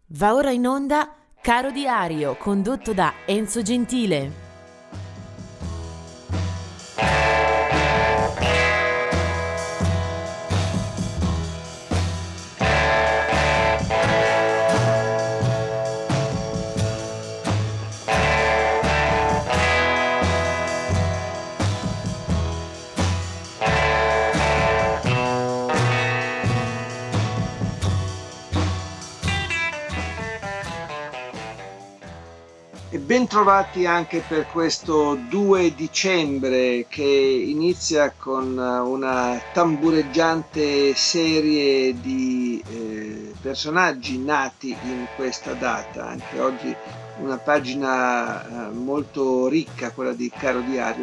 Va ora in onda Caro Diario, condotto da Enzo Gentile. E bentrovati anche per questo 2 dicembre che inizia con una tambureggiante serie di personaggi nati in questa data. Anche oggi una pagina molto ricca, quella di Caro Diario.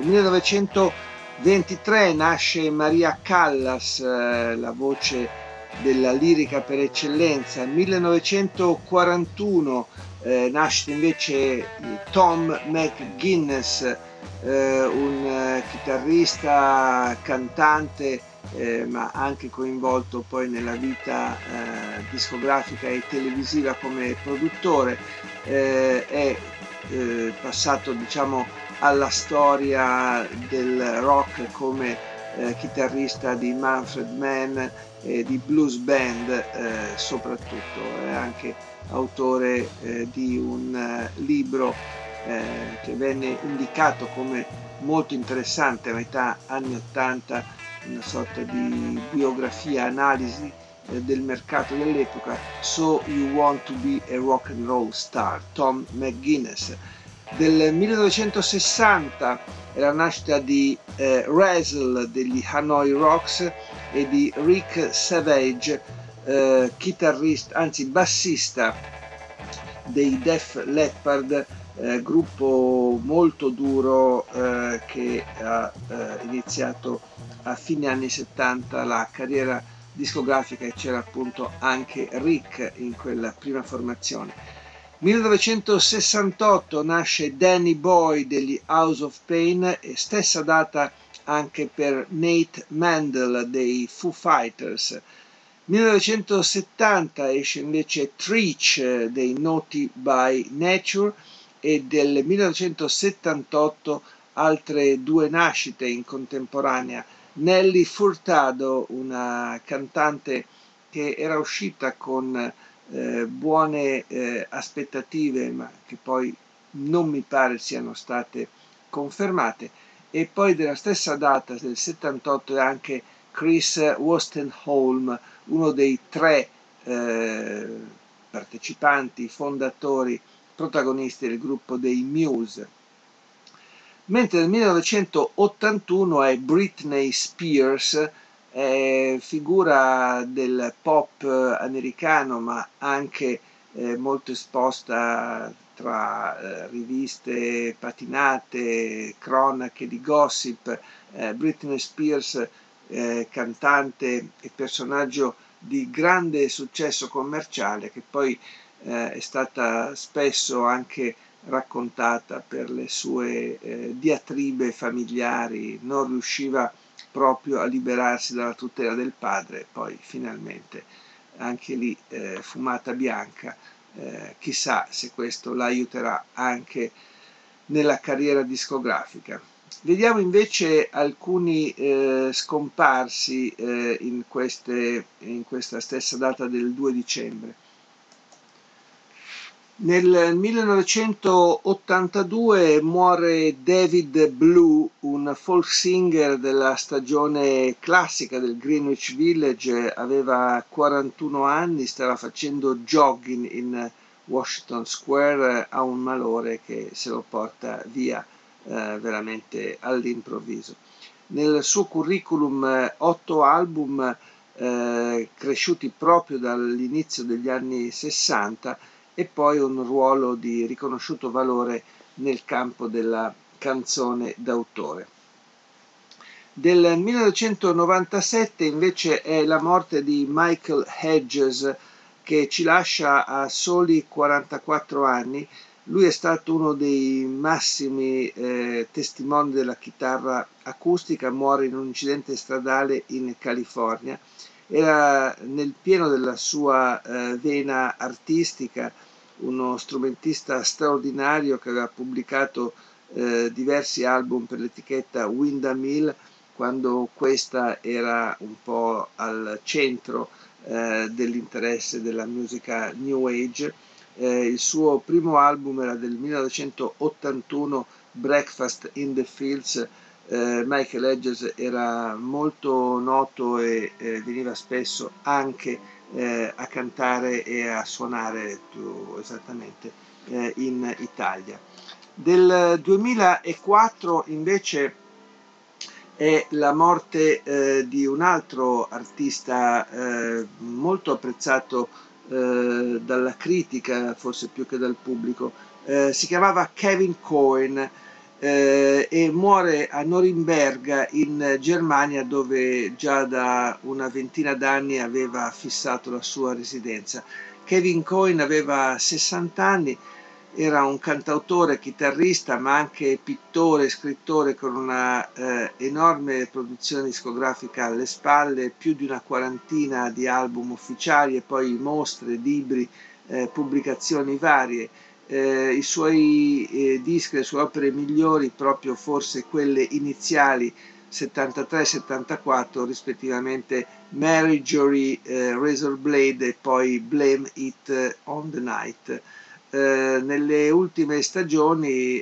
1923 nasce Maria Callas, la voce della lirica per eccellenza. 1941 nasce invece Tom McGuinness, un chitarrista, cantante, ma anche coinvolto poi nella vita discografica e televisiva come produttore. È passato, diciamo, alla storia del rock come chitarrista di Manfred Mann e di blues band, soprattutto. È anche autore di un libro che venne indicato come molto interessante a metà anni 80, una sorta di biografia, analisi del mercato dell'epoca, So You Want to Be a Rock and Roll Star, Tom McGuinness. Del 1960 è la nascita di Razzle degli Hanoi Rocks e di Rick Savage, chitarrista, anzi bassista dei Def Leppard, gruppo molto duro che ha iniziato a fine anni 70 la carriera discografica, e c'era appunto anche Rick in quella prima formazione. 1968 nasce Danny Boy degli House of Pain, e stessa data anche per Nate Mendel dei Foo Fighters. 1970 esce invece Treach dei Naughty by Nature, e del 1978 altre due nascite in contemporanea. Nelly Furtado, una cantante che era uscita con buone aspettative, ma che poi non mi pare siano state confermate. E poi della stessa data, del 78, è anche Chris Wostenholm, uno dei tre partecipanti, fondatori, protagonisti del gruppo dei Muse. Mentre nel 1981 è Britney Spears, figura del pop americano, ma anche molto esposta tra riviste patinate, cronache di gossip. Britney Spears, cantante e personaggio di grande successo commerciale, che poi è stata spesso anche raccontata per le sue diatribe familiari. Non riusciva proprio a liberarsi dalla tutela del padre, poi finalmente anche lì fumata bianca. Chissà se questo la aiuterà anche nella carriera discografica. Vediamo invece alcuni scomparsi in questa stessa data del 2 dicembre. Nel 1982 muore David Blue, un folk singer della stagione classica del Greenwich Village. Aveva 41 anni, stava facendo jogging in Washington Square, ha un malore che se lo porta via veramente all'improvviso. Nel suo curriculum 8 album cresciuti proprio dall'inizio degli anni 60, e poi un ruolo di riconosciuto valore nel campo della canzone d'autore. Del 1997 invece è la morte di Michael Hedges, che ci lascia a soli 44 anni. Lui è stato uno dei massimi testimoni della chitarra acustica, muore in un incidente stradale in California, Era nel pieno della sua vena artistica, uno strumentista straordinario che aveva pubblicato diversi album per l'etichetta Windham quando questa era un po' al centro dell'interesse della musica New Age. Il suo primo album era del 1981, Breakfast in the Fields. Michael Hedges era molto noto e veniva spesso anche a cantare e a suonare più esattamente in Italia. Del 2004 invece è la morte di un altro artista molto apprezzato dalla critica, forse più che dal pubblico. Si chiamava Kevin Cohen e muore a Norimberga in Germania, dove già da una ventina d'anni aveva fissato la sua residenza. Kevin Cohen aveva 60 anni. Era un cantautore, chitarrista, ma anche pittore, scrittore con una enorme produzione discografica alle spalle, più di una quarantina di album ufficiali e poi mostre, libri, pubblicazioni varie. I suoi dischi, le sue opere migliori, proprio forse quelle iniziali 73-74, rispettivamente Marjorie, Razor Blade e poi Blame It on the Night. Nelle ultime stagioni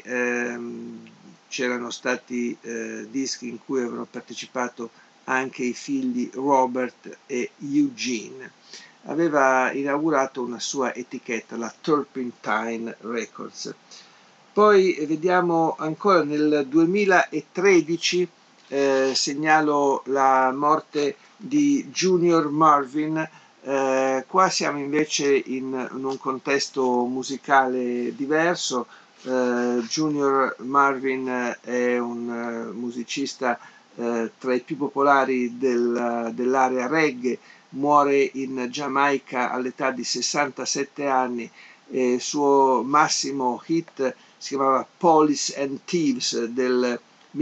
c'erano stati dischi in cui avevano partecipato anche i figli Robert e Eugene. Aveva inaugurato una sua etichetta, la Turpentine Records. Poi vediamo ancora nel 2013, segnalo la morte di Junior Marvin. Qua siamo invece in un contesto musicale diverso. Junior Marvin è un musicista tra i più popolari dell'area reggae. Muore in Giamaica all'età di 67 anni. Il suo massimo hit si chiamava Police and Thieves del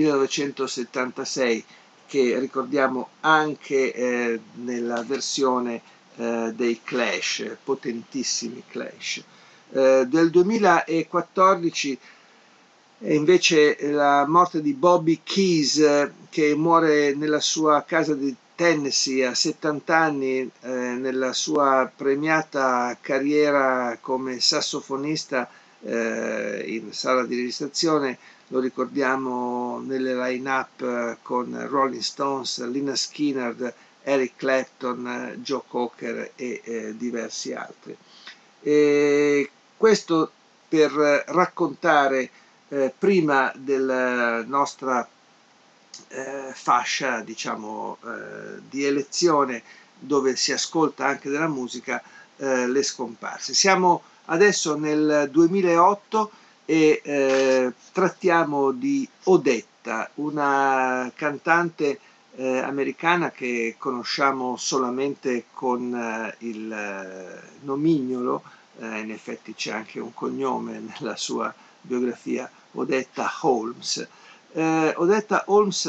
1976, che ricordiamo anche nella versione dei Clash, potentissimi Clash. Del 2014 è invece la morte di Bobby Keys, che muore nella sua casa di Tennessee a 70 anni, nella sua premiata carriera come sassofonista in sala di registrazione. Lo ricordiamo nelle line-up con Rolling Stones, Lynyrd Skynyrd, Eric Clapton, Joe Cocker e diversi altri. E questo per raccontare prima della nostra fascia, diciamo, di elezione, dove si ascolta anche della musica, le scomparse. Siamo adesso nel 2008 e trattiamo di Odetta, una cantante americana che conosciamo solamente con il nomignolo, in effetti c'è anche un cognome nella sua biografia, Odetta Holmes. Odetta Holmes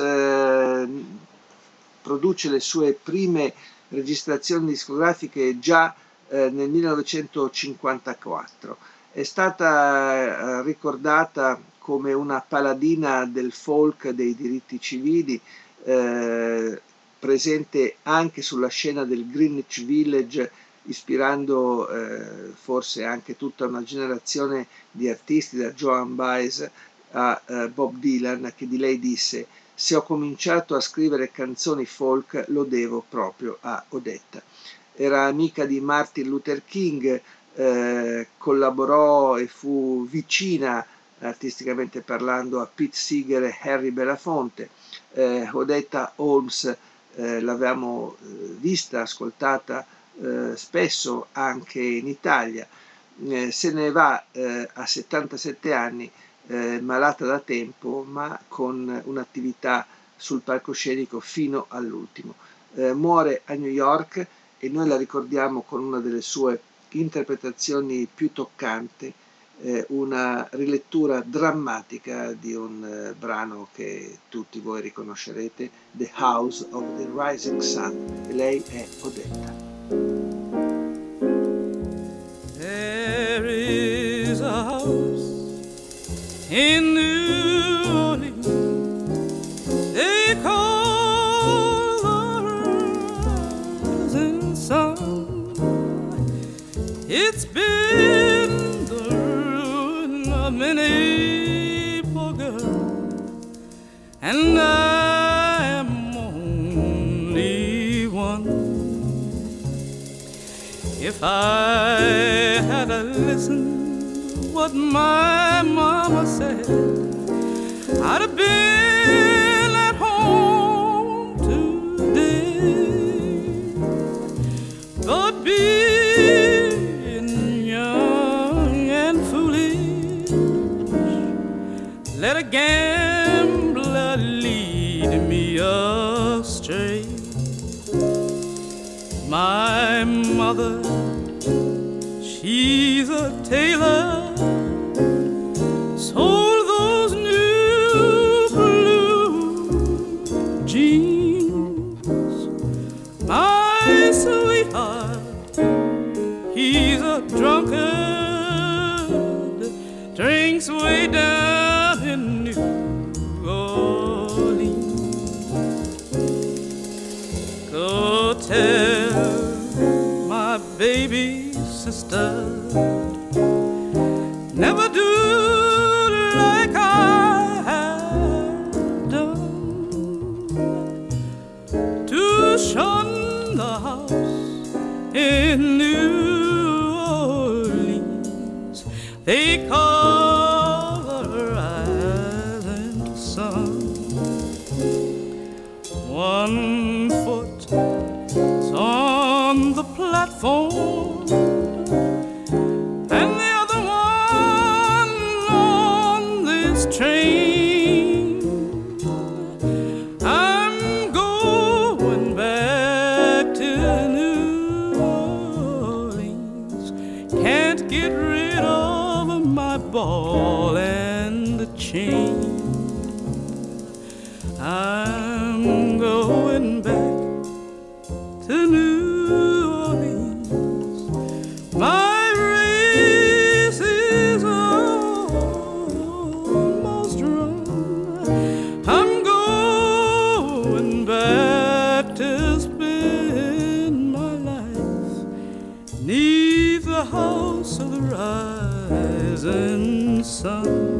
produce le sue prime registrazioni discografiche già nel 1954. È stata ricordata come una paladina del folk, dei diritti civili, presente anche sulla scena del Greenwich Village, ispirando forse anche tutta una generazione di artisti, da Joan Baez a Bob Dylan, che di lei disse: se ho cominciato a scrivere canzoni folk lo devo proprio a Odetta. Era amica di Martin Luther King, collaborò e fu vicina, artisticamente parlando, a Pete Seeger e Harry Belafonte. Odetta Holmes l'avevamo vista, ascoltata spesso anche in Italia. Se ne va a 77 anni, malata da tempo, ma con un'attività sul palcoscenico fino all'ultimo. Muore a New York e noi la ricordiamo con una delle sue interpretazioni più toccanti una rilettura drammatica di un brano che tutti voi riconoscerete, The House of the Rising Sun, e lei è Odetta. There is a house in New Orleans they call the Rising Sun. It's been the ruin of many poor girls, and I am only one. If I had listened to what my mama said, I'd have been at home today. But being young and foolish, let a gambler lead me astray. My mother, she's a tailor, sold those new blue jeans. My sweetheart, he's a drunkard, drinks way down in New Orleans. Go tell my baby sister, never do like I have done, to shun the house in New Orleans they call the rising sun. One foot is on the platform and the other one on this train. I'm going back to New Orleans, can't get rid of my ball and chain. I'm going back to New Orleans. My race is almost run. I'm going back to spend my life 'neath the house of the rising sun.